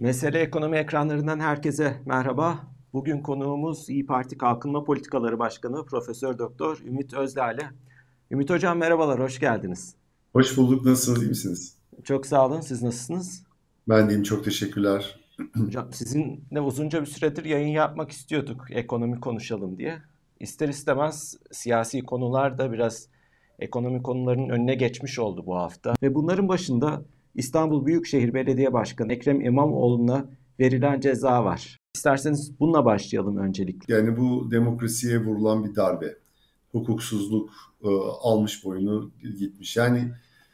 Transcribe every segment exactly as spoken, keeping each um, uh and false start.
Mesele Ekonomi ekranlarından herkese merhaba. Bugün konuğumuz İyi Parti Kalkınma Politikaları Başkanı Profesör Doktor Ümit Özdağ'le. Ümit Hocam merhabalar, hoş geldiniz. Hoş bulduk. Nasılsınız? İyi misiniz? Çok sağ olun, siz nasılsınız? Ben deyim. Çok teşekkürler. Hocam sizinle uzunca bir süredir yayın yapmak istiyorduk, ekonomi konuşalım diye. İster istemez siyasi konular da biraz ekonomi konularının önüne geçmiş oldu bu hafta. Ve bunların başında İstanbul Büyükşehir Belediye Başkanı Ekrem İmamoğlu'na verilen ceza var. İsterseniz bununla başlayalım öncelikle. Yani bu demokrasiye vurulan bir darbe. Hukuksuzluk e, almış boyunu gitmiş. Yani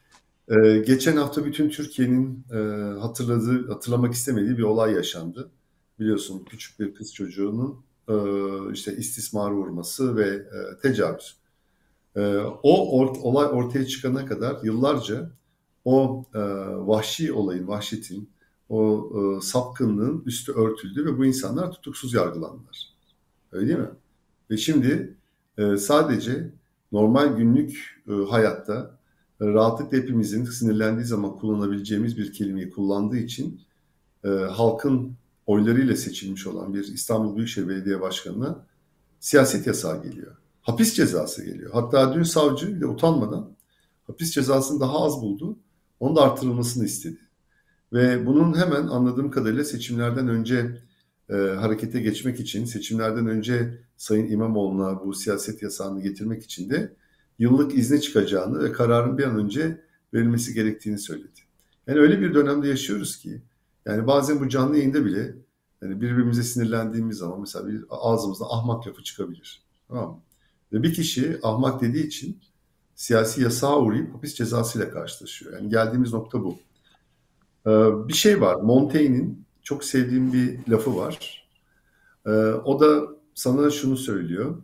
e, geçen hafta bütün Türkiye'nin e, hatırladığı, hatırlamak istemediği bir olay yaşandı. Biliyorsun küçük bir kız çocuğunun e, işte istismara uğraması ve e, tecavüz. E, o or, olay ortaya çıkana kadar yıllarca o e, vahşi olayın, vahşetin, o e, sapkınlığın üstü örtüldü ve bu insanlar tutuksuz yargılandılar. Öyle değil mi? Ve şimdi e, sadece normal günlük e, hayatta e, rahatlıkla hepimizin sinirlendiği zaman kullanabileceğimiz bir kelimeyi kullandığı için e, halkın oylarıyla seçilmiş olan bir İstanbul Büyükşehir Belediye Başkanı'na siyaset yasağı geliyor. Hapis cezası geliyor. Hatta dün savcı bile utanmadan hapis cezasını daha az buldu. Onun da artırılmasını istedi. Ve bunun hemen anladığım kadarıyla seçimlerden önce e, harekete geçmek için, seçimlerden önce Sayın İmamoğlu'na bu siyaset yasağını getirmek için de yıllık izne çıkacağını ve kararın bir an önce verilmesi gerektiğini söyledi. Yani öyle bir dönemde yaşıyoruz ki, yani bazen bu canlı yayında bile yani birbirimize sinirlendiğimiz zaman mesela bir ağzımızda ahmak lafı çıkabilir. Tamam mı? Ve bir kişi ahmak dediği için siyasi yasağa uğrayıp hapis cezasıyla karşılaşıyor. Yani geldiğimiz nokta bu. Ee, bir şey var. Montaigne'in çok sevdiğim bir lafı var. Ee, o da sana şunu söylüyor.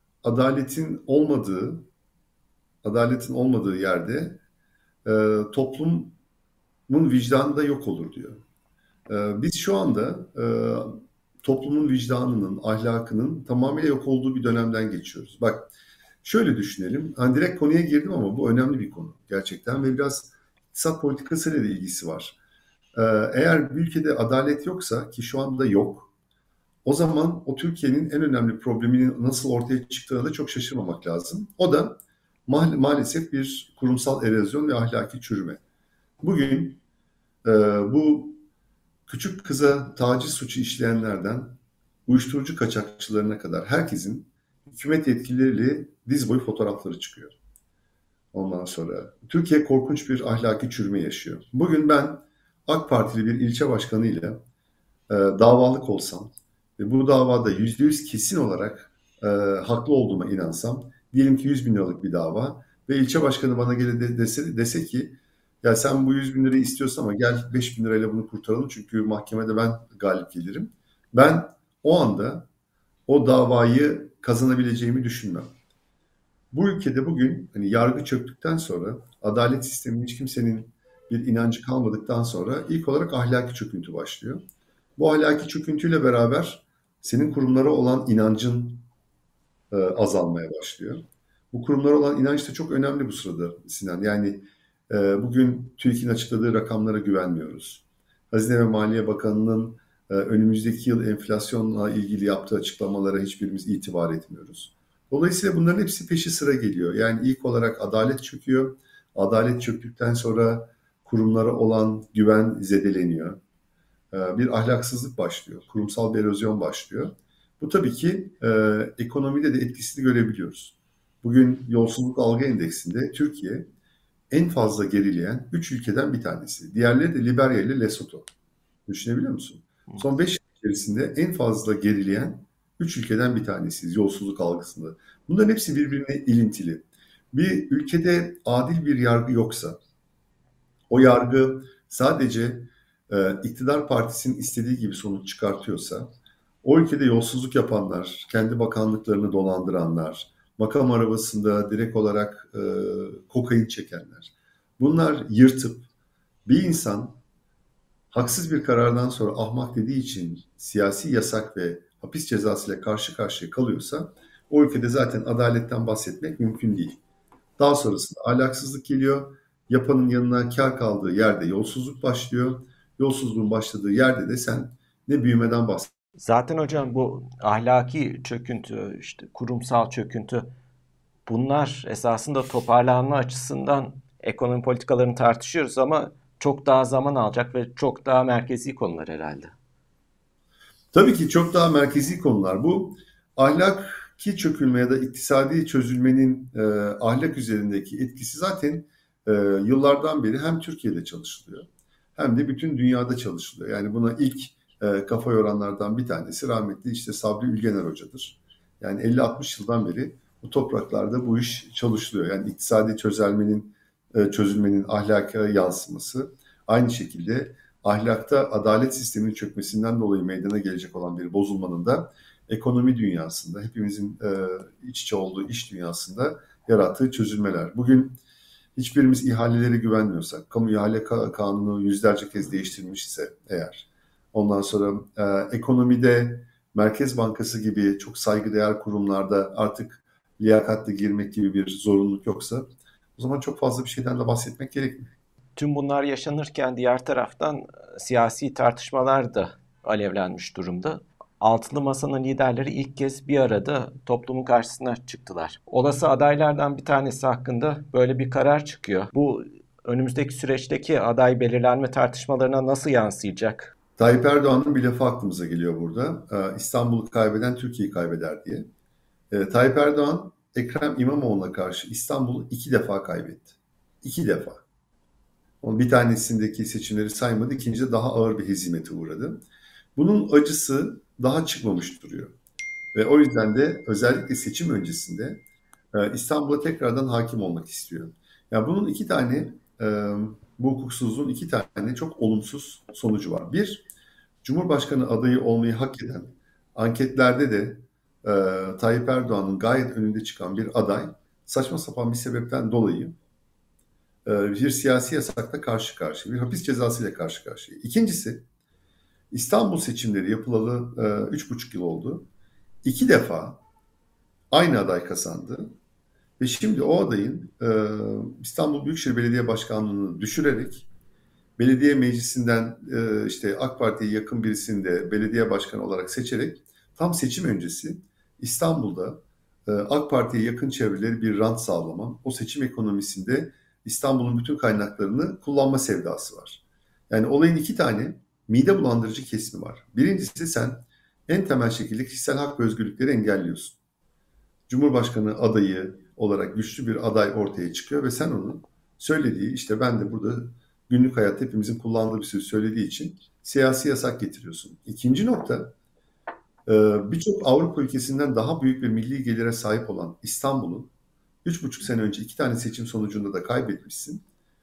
Adaletin olmadığı, adaletin olmadığı yerde e, toplumun vicdanı da yok olur diyor. Ee, biz şu anda e, toplumun vicdanının, ahlakının tamamıyla yok olduğu bir dönemden geçiyoruz. Bak şöyle düşünelim. Hani direkt konuya girdim ama bu önemli bir konu gerçekten ve biraz iktisat politikasıyla da ilgisi var. Ee, Eğer bir ülkede adalet yoksa ki şu anda yok, o zaman o Türkiye'nin en önemli probleminin nasıl ortaya çıktığına da çok şaşırmamak lazım. O da ma- maalesef bir kurumsal erozyon ve ahlaki çürüme. Bugün e, bu küçük kıza taciz suçu işleyenlerden uyuşturucu kaçakçılarına kadar herkesin hükümet yetkilileriyle diz boyu fotoğrafları çıkıyor. Ondan sonra Türkiye korkunç bir ahlaki çürüme yaşıyor. Bugün ben AK Partili bir ilçe başkanıyla e, davalık olsam ve bu davada yüzde yüz kesin olarak e, haklı olduğuma inansam, diyelim ki yüz bin liralık bir dava ve ilçe başkanı bana gelir de, dese, dese ki ya sen bu yüz bin lirayı istiyorsun ama gel beş bin lirayla bunu kurtaralım çünkü mahkemede ben galip gelirim. Ben o anda o davayı kazanabileceğimi düşünmem. Bu ülkede bugün hani yargı çöktükten sonra, adalet sisteminin hiç kimsenin bir inancı kalmadıktan sonra ilk olarak ahlaki çöküntü başlıyor. Bu ahlaki çöküntüyle beraber senin kurumlara olan inancın e, azalmaya başlıyor. Bu kurumlara olan inanç da çok önemli bu sırada Sinan. Yani e, bugün TÜİK'in açıkladığı rakamlara güvenmiyoruz. Hazine ve Maliye Bakanı'nın e, önümüzdeki yıl enflasyonla ilgili yaptığı açıklamalara hiçbirimiz itibar etmiyoruz. Dolayısıyla bunların hepsi peşi sıra geliyor. Yani ilk olarak adalet çöküyor. Adalet çöktükten sonra kurumlara olan güven zedeleniyor. E, bir ahlaksızlık başlıyor, kurumsal bir erozyon başlıyor. Bu tabii ki e, ekonomide de etkisini görebiliyoruz. Bugün yolsuzluk algı endeksinde Türkiye en fazla gerileyen üç ülkeden bir tanesi. Diğerleri de Liberya ile Lesotho. Düşünebiliyor musun? Son beş yıl içerisinde en fazla gerileyen üç ülkeden bir tanesiyiz yolsuzluk algısında. Bunların hepsi birbirine ilintili. Bir ülkede adil bir yargı yoksa, o yargı sadece e, iktidar partisinin istediği gibi sonuç çıkartıyorsa, o ülkede yolsuzluk yapanlar, kendi bakanlıklarını dolandıranlar, makam arabasında direkt olarak e, kokain çekenler, bunlar yırtıp bir insan haksız bir karardan sonra ahmak dediği için siyasi yasak ve hapis cezasıyla karşı karşıya kalıyorsa, o ülkede zaten adaletten bahsetmek mümkün değil. Daha sonrasında ahlaksızlık geliyor. Yapanın yanına kar kaldığı yerde yolsuzluk başlıyor. yolsuzluğun başladığı yerde de sen ne büyümeden bahsediyorsun. Zaten hocam bu ahlaki çöküntü, işte kurumsal çöküntü, bunlar esasında toparlanma açısından ekonomi politikalarını tartışıyoruz ama çok daha zaman alacak ve çok daha merkezi konular herhalde. Tabii ki çok daha merkezi konular. Bu ahlaki çökülme ya da iktisadi çözülmenin e, ahlak üzerindeki etkisi zaten e, yıllardan beri hem Türkiye'de çalışılıyor hem de bütün dünyada çalışılıyor. Yani buna ilk e, kafa yoranlardan bir tanesi rahmetli işte Sabri Ülgener Hoca'dır. Yani elli altmış yıldan beri bu topraklarda bu iş çalışılıyor. Yani iktisadi çözelmenin, e, çözülmenin ahlaka yansıması aynı şekilde ahlakta adalet sisteminin çökmesinden dolayı meydana gelecek olan bir bozulmanın da ekonomi dünyasında, hepimizin e, iç içe olduğu iş dünyasında yarattığı çözülmeler. Bugün hiçbirimiz ihalelere güvenmiyorsak, kamu ihale kanunu yüzlerce kez değiştirilmiş ise eğer, ondan sonra e, ekonomide Merkez Bankası gibi çok saygıdeğer kurumlarda artık liyakatli girmek gibi bir zorunluluk yoksa, o zaman çok fazla bir şeyden de bahsetmek gerekmiyor. Tüm bunlar yaşanırken diğer taraftan siyasi tartışmalar da alevlenmiş durumda. Altılı Masa'nın liderleri ilk kez bir arada toplumun karşısına çıktılar. Olası adaylardan bir tanesi hakkında böyle bir karar çıkıyor. Bu önümüzdeki süreçteki aday belirlenme tartışmalarına nasıl yansıyacak? Tayyip Erdoğan'ın bir lafı aklımıza geliyor burada. Ee, İstanbul'u kaybeden Türkiye'yi kaybeder diye. Ee, Tayyip Erdoğan, Ekrem İmamoğlu'na karşı İstanbul'u iki defa kaybetti. İki defa. Onun bir tanesindeki seçimleri saymadı, ikincide daha ağır bir hezimete uğradı. Bunun acısı daha çıkmamış duruyor. Ve o yüzden de özellikle seçim öncesinde e, İstanbul'a tekrardan hakim olmak istiyor. Yani bunun iki tane, e, bu hukuksuzluğun iki tane çok olumsuz sonucu var. Bir, Cumhurbaşkanı adayı olmayı hak eden, anketlerde de e, Tayyip Erdoğan'ın gayet önünde çıkan bir aday, saçma sapan bir sebepten dolayı e, bir siyasi yasakla karşı karşıya, bir hapis cezasıyla karşı karşıya. İkincisi, İstanbul seçimleri yapılalı e, üç buçuk yıl oldu. İki defa aynı aday kazandı. Ve şimdi o adayın e, İstanbul Büyükşehir Belediye Başkanlığı'nı düşürerek belediye meclisinden e, işte AK Parti'ye yakın birisini de belediye başkanı olarak seçerek tam seçim öncesi İstanbul'da e, AK Parti'ye yakın çevreleri bir rant sağlama, o seçim ekonomisinde İstanbul'un bütün kaynaklarını kullanma sevdası var. Yani olayın iki tane mide bulandırıcı kesimi var. Birincisi, sen en temel şekilde kişisel hak ve özgürlükleri engelliyorsun. Cumhurbaşkanı adayı olarak güçlü bir aday ortaya çıkıyor ve sen onun söylediği, işte ben de burada günlük hayatta hepimizin kullandığı bir söz söylediği için siyasi yasak getiriyorsun. İkinci nokta, birçok Avrupa ülkesinden daha büyük bir milli gelire sahip olan İstanbul'un üç buçuk sene önce iki tane seçim sonucunda da kaybetmişsin.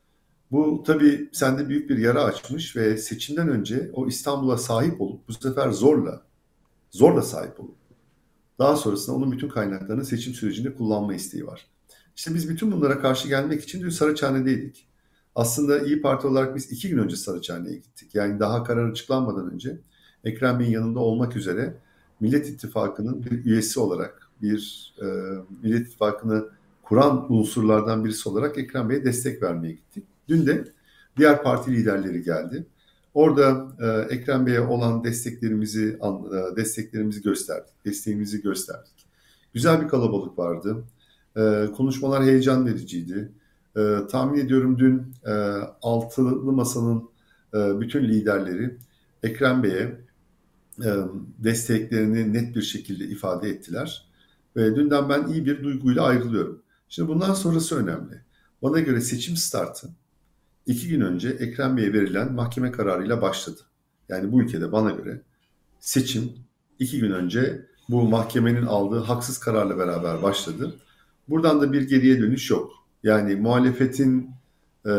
Bu tabii sende büyük bir yara açmış ve seçimden önce o İstanbul'a sahip olup bu sefer zorla, zorla sahip olup daha sonrasında onun bütün kaynaklarını seçim sürecinde kullanma isteği var. İşte biz bütün bunlara karşı gelmek için dün Saraçhane'deydik. Aslında İyi Parti olarak biz iki gün önce Saraçhane'ye gittik. Yani daha karar açıklanmadan önce Ekrem Bey'in yanında olmak üzere Millet İttifakı'nın bir üyesi olarak, bir e, Millet İttifakı'nı kuran unsurlardan birisi olarak Ekrem Bey'e destek vermeye gittik. Dün de diğer parti liderleri geldi. Orada e, Ekrem Bey'e olan desteklerimizi e, desteklerimizi gösterdik, desteğimizi gösterdik. Güzel bir kalabalık vardı. E, konuşmalar heyecan vericiydi. E, tahmin ediyorum dün e, Altılı Masa'nın e, bütün liderleri Ekrem Bey'e e, desteklerini net bir şekilde ifade ettiler. Ve dünden ben iyi bir duyguyla ayrılıyorum. Şimdi bundan sonrası önemli. Bana göre seçim startı iki gün önce Ekrem Bey'e verilen mahkeme kararıyla başladı. Yani bu ülkede bana göre seçim iki gün önce bu mahkemenin aldığı haksız kararla beraber başladı. Buradan da bir geriye dönüş yok. Yani muhalefetin e,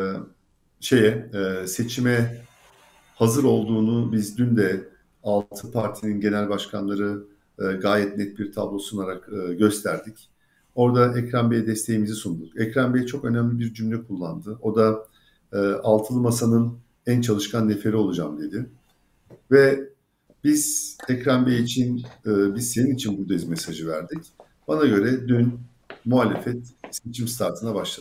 şeye e, seçime hazır olduğunu biz dün de altı partinin genel başkanları e, gayet net bir tablo sunarak e, gösterdik. Orada Ekrem Bey'e desteğimizi sunduk. Ekrem Bey çok önemli bir cümle kullandı. O da e, Altılı Masa'nın en çalışkan neferi olacağım dedi. Ve biz Ekrem Bey için, e, biz senin için buradayız mesajı verdik. Bana göre dün muhalefet seçim startına başladı.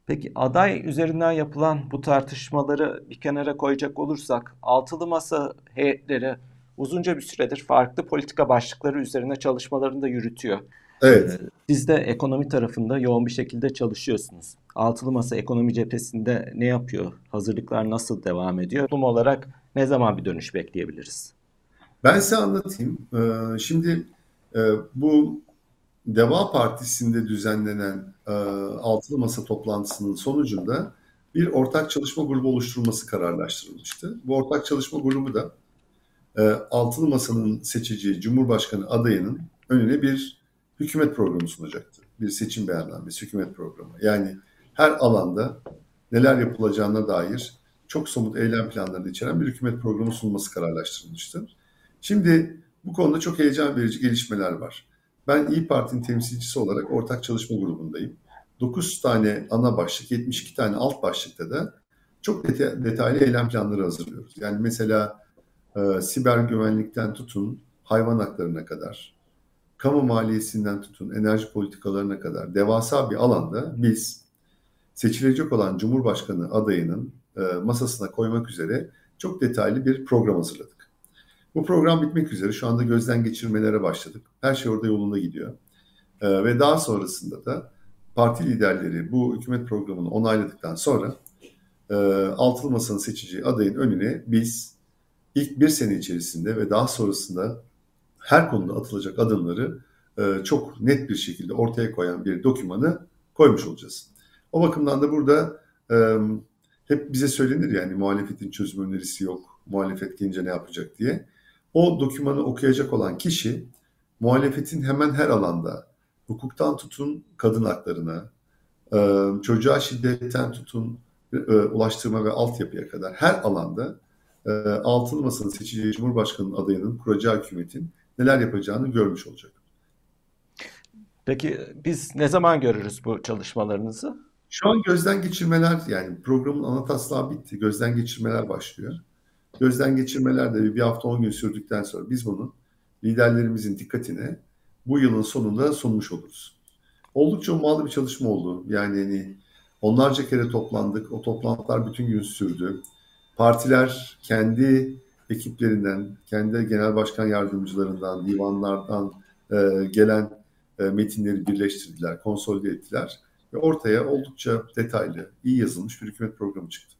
Peki aday üzerinden yapılan bu tartışmaları bir kenara koyacak olursak, altılı masa heyetleri uzunca bir süredir farklı politika başlıkları üzerine çalışmalarını da yürütüyor. Ee, Evet. Siz de ekonomi tarafında yoğun bir şekilde çalışıyorsunuz. Altılı masa ekonomi cephesinde ne yapıyor? Hazırlıklar nasıl devam ediyor? Toplum olarak ne zaman bir dönüş bekleyebiliriz? Ben size anlatayım. Ee, Şimdi e, bu Deva Partisi'nde düzenlenen e, altılı masa toplantısının sonucunda bir ortak çalışma grubu oluşturulması kararlaştırılmıştı. Bu ortak çalışma grubu da e, altılı masanın seçeceği Cumhurbaşkanı adayının önüne bir hükümet programı sunacaktı. Bir seçim beyannamesi, hükümet programı. Yani her alanda neler yapılacağına dair çok somut eylem planlarını içeren bir hükümet programı sunulması kararlaştırılmıştı. Şimdi bu konuda çok heyecan verici gelişmeler var. Ben İyi Parti'nin temsilcisi olarak ortak çalışma grubundayım. dokuz tane ana başlık, yetmiş iki tane alt başlıkta da çok deta- detaylı eylem planları hazırlıyoruz. Yani mesela e, siber güvenlikten tutun, hayvan haklarına kadar, kamu maliyesinden tutun, enerji politikalarına kadar devasa bir alanda biz seçilecek olan Cumhurbaşkanı adayının e, masasına koymak üzere çok detaylı bir program hazırladık. Bu program bitmek üzere. Şu anda gözden geçirmelere başladık. Her şey orada yolunda gidiyor. E, ve daha sonrasında da parti liderleri bu hükümet programını onayladıktan sonra e, altılı masanın seçeceği adayın önüne biz ilk bir sene içerisinde ve daha sonrasında her konuda atılacak adımları e, çok net bir şekilde ortaya koyan bir dokümanı koymuş olacağız. O bakımdan da burada e, hep bize söylenir yani muhalefetin çözüm önerisi yok, muhalefet gelince ne yapacak diye. O dokümanı okuyacak olan kişi muhalefetin hemen her alanda hukuktan tutun kadın haklarına, e, çocuğa şiddetten tutun e, ulaştırma ve altyapıya kadar her alanda e, altılı masanın seçeceği Cumhurbaşkanı adayının kuracağı hükümetin neler yapacağını görmüş olacak. Peki biz ne zaman görürüz bu çalışmalarınızı? Şu an gözden geçirmeler yani programın ana taslağı bitti. Gözden geçirmeler başlıyor. Gözden geçirmeler de bir hafta on gün sürdükten sonra biz bunu liderlerimizin dikkatine bu yılın sonunda sunmuş oluruz. Oldukça ummalı bir çalışma oldu. Yani hani onlarca kere toplandık. O toplantılar bütün gün sürdü. Partiler kendi ekiplerinden, kendi genel başkan yardımcılarından, divanlardan e, gelen e, metinleri birleştirdiler, konsolide ettiler ve ortaya oldukça detaylı, iyi yazılmış bir hükümet programı çıktı.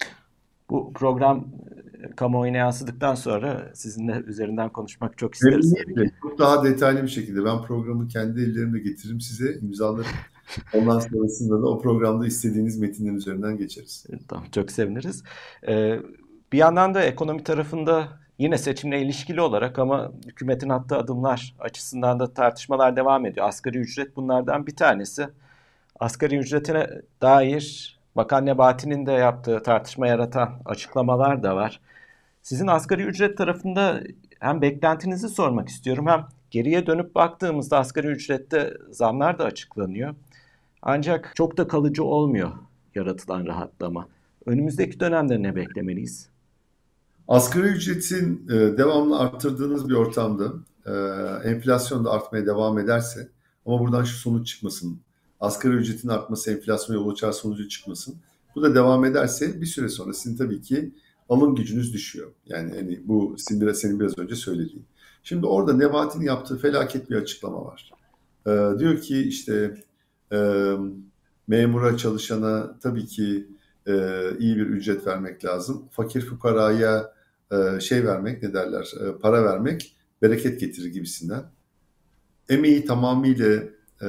Bu program e, kamuoyuna yansıdıktan sonra sizinle üzerinden konuşmak çok isteriz tabii Memnuniyetle, ki. çok daha detaylı bir şekilde ben programı kendi ellerimle getiririm size, imzalarım. Ondan sonrasında da o programda istediğiniz metinlerin üzerinden geçeriz. E, Tamam, çok seviniriz. Ee, bir yandan da ekonomi tarafında yine seçimle ilişkili olarak ama hükümetin attığı adımlar açısından da tartışmalar devam ediyor. Asgari ücret bunlardan bir tanesi. Asgari ücretine dair Bakan Nebati'nin de yaptığı tartışma yaratan açıklamalar da var. Sizin asgari ücret tarafında hem beklentinizi sormak istiyorum hem geriye dönüp baktığımızda asgari ücrette zamlar da açıklanıyor. Ancak çok da kalıcı olmuyor yaratılan rahatlama. Önümüzdeki dönemde ne beklemeliyiz? Asgari ücretin e, devamlı arttırdığınız bir ortamda e, enflasyon da artmaya devam ederse ama buradan şu sonuç çıkmasın. Asgari ücretin artması enflasyona yol açar sonucu çıkmasın. Bu da devam ederse bir süre sonra sizin tabii ki alım gücünüz düşüyor. Yani hani bu sizin biraz, senin biraz önce söylediğin. Şimdi orada Nebati'nin yaptığı felaket bir açıklama var. E, diyor ki işte e, memura çalışana tabii ki e, iyi bir ücret vermek lazım. Fakir fukaraya e, şey vermek ne derler e, para vermek bereket getirir gibisinden. Emeği tamamıyla e,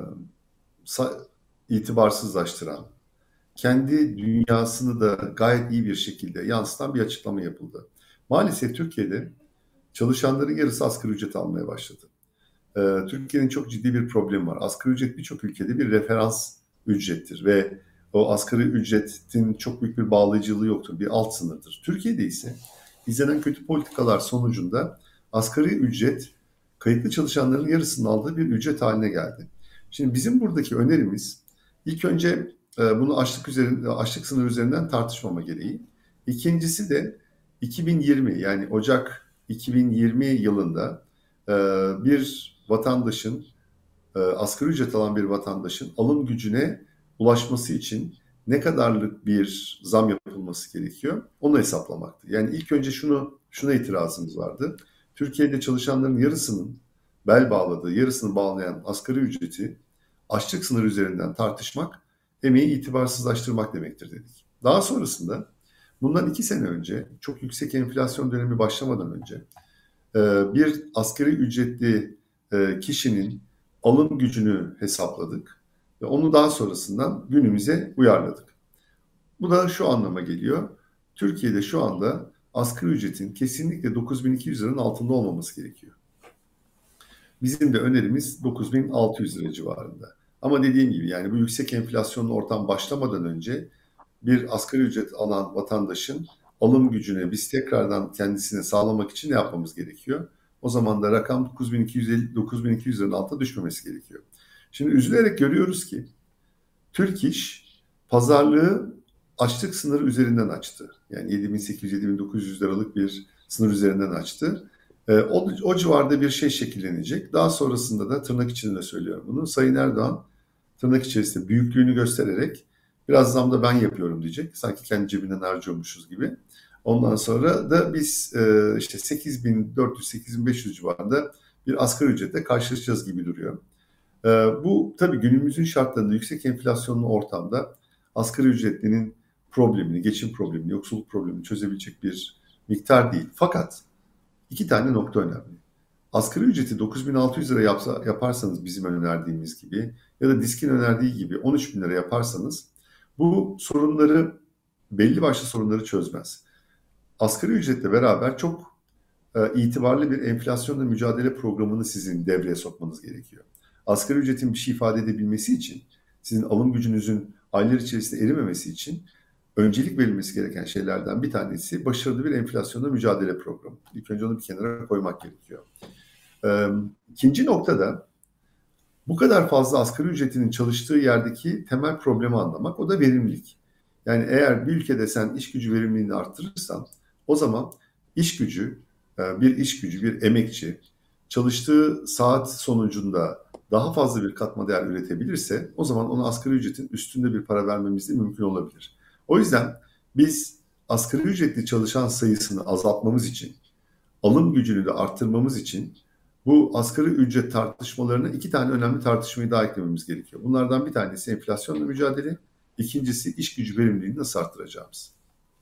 sa- itibarsızlaştıran, kendi dünyasını da gayet iyi bir şekilde yansıtan bir açıklama yapıldı. Maalesef Türkiye'de çalışanların yarısı asgari ücret almaya başladı. Ee, Türkiye'nin çok ciddi bir problemi var. Asgari ücret birçok ülkede bir referans ücrettir ve o asgari ücretin çok büyük bir bağlayıcılığı yoktur, bir alt sınırdır. Türkiye'de ise izlenen kötü politikalar sonucunda asgari ücret kayıtlı çalışanların yarısının aldığı bir ücret haline geldi. Şimdi bizim buradaki önerimiz ilk önce e, bunu açlık üzerinde, açlık sınırı üzerinden tartışmama gereği. İkincisi de iki bin yirmi yani Ocak iki bin yirmi yılında e, bir vatandaşın, e, asgari ücret alan bir vatandaşın alım gücüne ulaşması için ne kadarlık bir zam yapılması gerekiyor onu hesaplamaktı. Yani ilk önce şunu şuna itirazımız vardı. Türkiye'de çalışanların yarısının bel bağladığı, yarısını bağlayan asgari ücreti açlık sınırı üzerinden tartışmak emeği itibarsızlaştırmak demektir dedik. Daha sonrasında bundan iki sene önce çok yüksek enflasyon dönemi başlamadan önce bir asgari ücretli kişinin alım gücünü hesapladık ve onu daha sonrasından günümüze uyarladık. Bu da şu anlama geliyor. Türkiye'de şu anda asgari ücretin kesinlikle dokuz bin iki yüz liranın altında olmaması gerekiyor. Bizim de önerimiz dokuz bin altı yüz lira civarında. Ama dediğim gibi yani bu yüksek enflasyonlu ortam başlamadan önce bir asgari ücret alan vatandaşın alım gücüne biz tekrardan kendisine sağlamak için ne yapmamız gerekiyor? O zaman da rakam dokuz bin iki yüz elli, dokuz bin iki yüz liranın altına düşmemesi gerekiyor. Şimdi üzülerek görüyoruz ki Türk İş pazarlığı açlık sınırı üzerinden açtı. Yani yedi bin sekiz yüz yedi bin dokuz yüz liralık bir sınır üzerinden açtı. E, o, o civarda bir şey şekillenecek. Daha sonrasında da tırnak içinde söylüyorum bunu. Sayın Erdoğan tırnak içerisinde büyüklüğünü göstererek biraz zam da ben yapıyorum diyecek. Sanki kendi cebinden harcıyormuşuz gibi. Ondan sonra da biz e, işte sekiz bin dört yüz sekiz bin beş yüz civarında bir asgari ücretle karşılaşacağız gibi duruyor. E, bu tabii günümüzün şartlarında yüksek enflasyonlu ortamda asgari ücretlinin problemini, geçim problemini, yoksulluk problemini çözebilecek bir miktar değil. Fakat iki tane nokta önemli. Asgari ücreti dokuz bin altı yüz lira yapsa, yaparsanız bizim önerdiğimiz gibi ya da DİSK'in önerdiği gibi on üç bin lira yaparsanız bu sorunları, belli başlı sorunları çözmez. Asgari ücretle beraber çok e, itibarlı bir enflasyonla mücadele programını sizin devreye sokmanız gerekiyor. Asgari ücretin bir şey ifade edebilmesi için, sizin alım gücünüzün aylar içerisinde erimemesi için öncelik verilmesi gereken şeylerden bir tanesi başarılı bir enflasyonla mücadele programı. İlk önce onu bir kenara koymak gerekiyor. Ee, ikinci noktada bu kadar fazla asgari ücretinin çalıştığı yerdeki temel problemi anlamak, o da verimlilik. Yani eğer bir ülkede sen iş gücü verimliliğini arttırırsan o zaman iş gücü, bir iş gücü, bir emekçi çalıştığı saat sonucunda daha fazla bir katma değer üretebilirse o zaman ona asgari ücretin üstünde bir para vermemiz de mümkün olabilir. O yüzden biz asgari ücretli çalışan sayısını azaltmamız için, alım gücünü de arttırmamız için bu asgari ücret tartışmalarına iki tane önemli tartışmayı daha eklememiz gerekiyor. Bunlardan bir tanesi enflasyonla mücadele, ikincisi iş gücü verimliliğini nasıl arttıracağımız.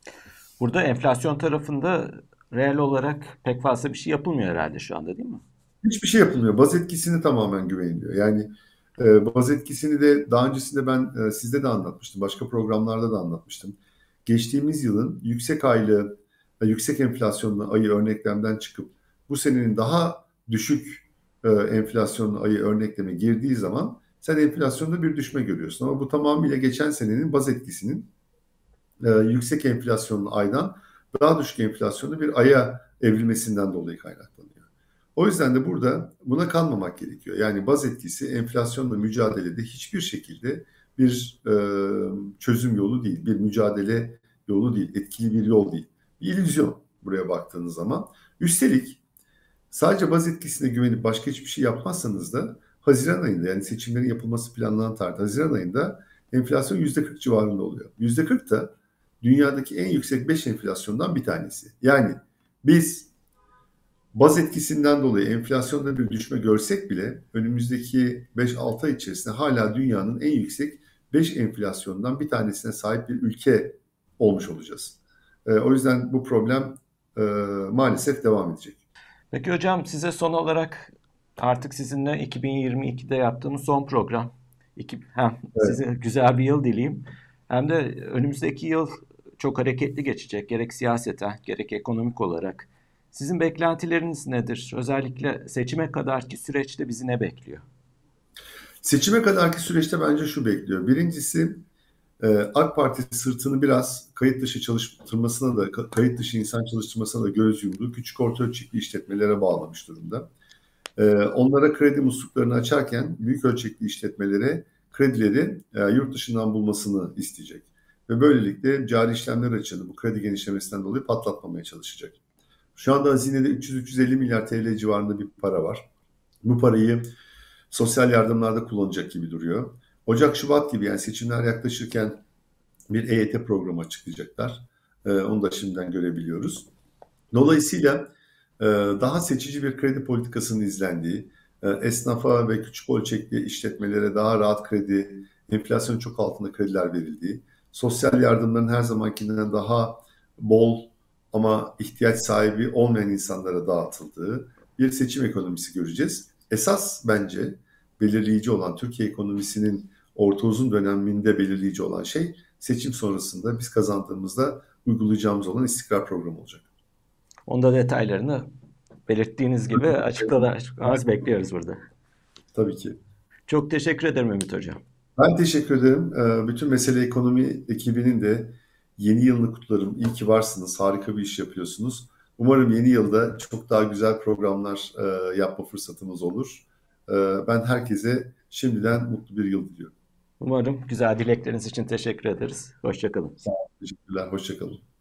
Burada enflasyon tarafında reel olarak pek fazla bir şey yapılmıyor herhalde şu anda, değil mi? Hiçbir şey yapılmıyor. Baz etkisini tamamen güveniliyor. Yani e, baz etkisini de daha öncesinde ben e, sizde de anlatmıştım. Başka programlarda da anlatmıştım. Geçtiğimiz yılın yüksek aylı, e, yüksek enflasyonlu ayı örneklemden çıkıp bu senenin daha düşük e, enflasyonlu ayı örnekleme girdiği zaman sen enflasyonda bir düşme görüyorsun. Ama bu tamamıyla geçen senenin baz etkisinin e, yüksek enflasyonlu aydan daha düşük enflasyonlu bir aya evrilmesinden dolayı kaynaklanıyor. O yüzden de burada buna kanmamak gerekiyor. Yani baz etkisi enflasyonla mücadelede hiçbir şekilde bir e, çözüm yolu değil, bir mücadele yolu değil, etkili bir yol değil. Bir illüzyon buraya baktığınız zaman. Üstelik sadece baz etkisine güvenip başka hiçbir şey yapmazsanız da Haziran ayında, yani seçimlerin yapılması planlanan tarih Haziran ayında enflasyon yüzde kırk civarında oluyor. yüzde kırk da dünyadaki en yüksek beş enflasyondan bir tanesi. Yani biz baz etkisinden dolayı enflasyonda bir düşme görsek bile önümüzdeki beş altı ay içerisinde hala dünyanın en yüksek beş enflasyondan bir tanesine sahip bir ülke olmuş olacağız. E, o yüzden bu problem e, maalesef devam edecek. Peki hocam, size son olarak artık sizinle iki bin yirmi ikide yaptığımız son program. İki, hem Evet. size güzel bir yıl dileyim, hem de önümüzdeki yıl çok hareketli geçecek. Gerek siyaseten, gerek ekonomik olarak. Sizin beklentileriniz nedir? Özellikle seçime kadarki süreçte bizi ne bekliyor? Seçime kadarki süreçte bence şu bekliyor. Birincisi AK Parti sırtını biraz kayıt dışı çalıştırmasına da, kayıt dışı insan çalıştırmasına da göz yumdu. Küçük orta ölçekli işletmelere bağlamış durumda. Onlara kredi musluklarını açarken büyük ölçekli işletmelere kredileri yurt dışından bulmasını isteyecek. Ve böylelikle cari işlemler açığını bu kredi genişlemesinden dolayı patlatmamaya çalışacak. Şu anda hazinede üç yüz üç yüz elli milyar T L civarında bir para var. Bu parayı sosyal yardımlarda kullanacak gibi duruyor. Ocak, Şubat gibi yani seçimler yaklaşırken bir E Y T programı açıklayacaklar. E, onu da şimdiden görebiliyoruz. Dolayısıyla e, daha seçici bir kredi politikasının izlendiği, e, esnafa ve küçük ölçekli işletmelere daha rahat kredi, enflasyonun çok altında krediler verildiği, sosyal yardımların her zamankinden daha bol ama ihtiyaç sahibi olmayan insanlara dağıtıldığı bir seçim ekonomisi göreceğiz. Esas bence belirleyici olan Türkiye ekonomisinin orta uzun döneminde belirleyici olan şey seçim sonrasında biz kazandığımızda uygulayacağımız olan istikrar programı olacak. Onda detaylarını belirttiğiniz gibi açıklamaz bekliyoruz burada. Tabii ki. Çok teşekkür ederim Ümit Hocam. Ben teşekkür ederim. Ee, Bütün Mesele Ekonomi ekibinin de yeni yılını kutlarım. İyi ki varsınız. Harika bir iş yapıyorsunuz. Umarım yeni yılda çok daha güzel programlar e, yapma fırsatımız olur. Ee, Ben herkese şimdiden mutlu bir yıl diliyorum. Umarım güzel dilekleriniz için teşekkür ederiz. Hoşça kalın. Teşekkürler. Hoşça kalın.